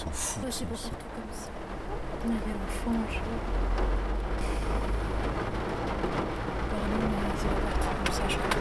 s'en fout. Ouais, c'est pas partout comme ça. Il y a l'enfant, je sais. Pardon, mais c'est pas partout comme ça, je crois.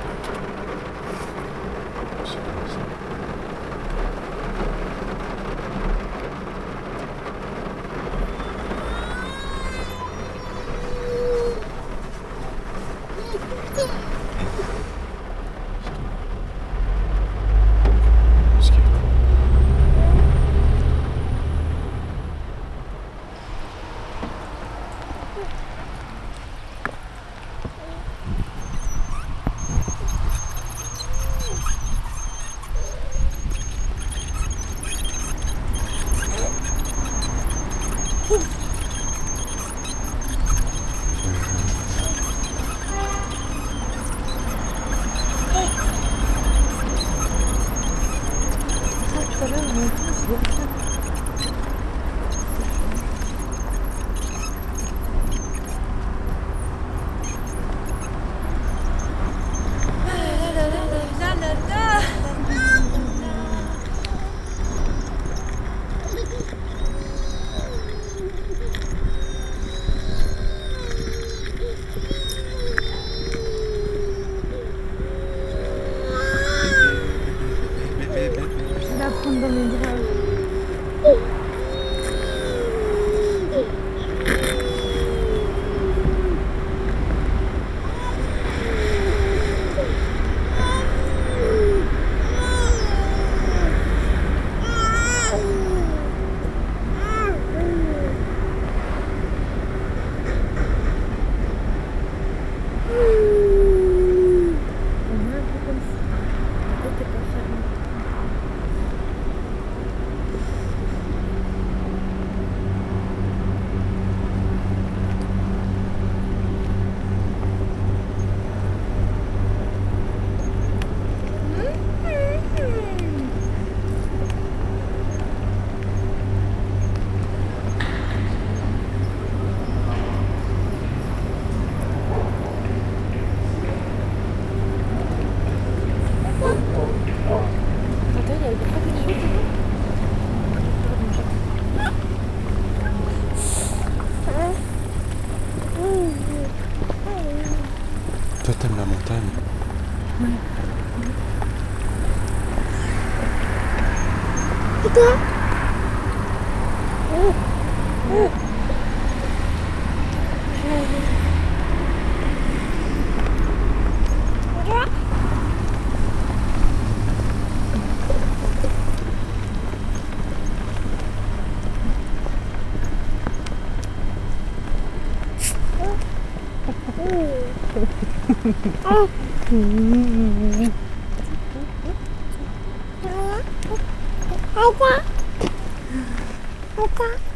Je vais la prendre dans mes bras. Toi, t'aimes la montagne? Ouais. Et toi? Attends.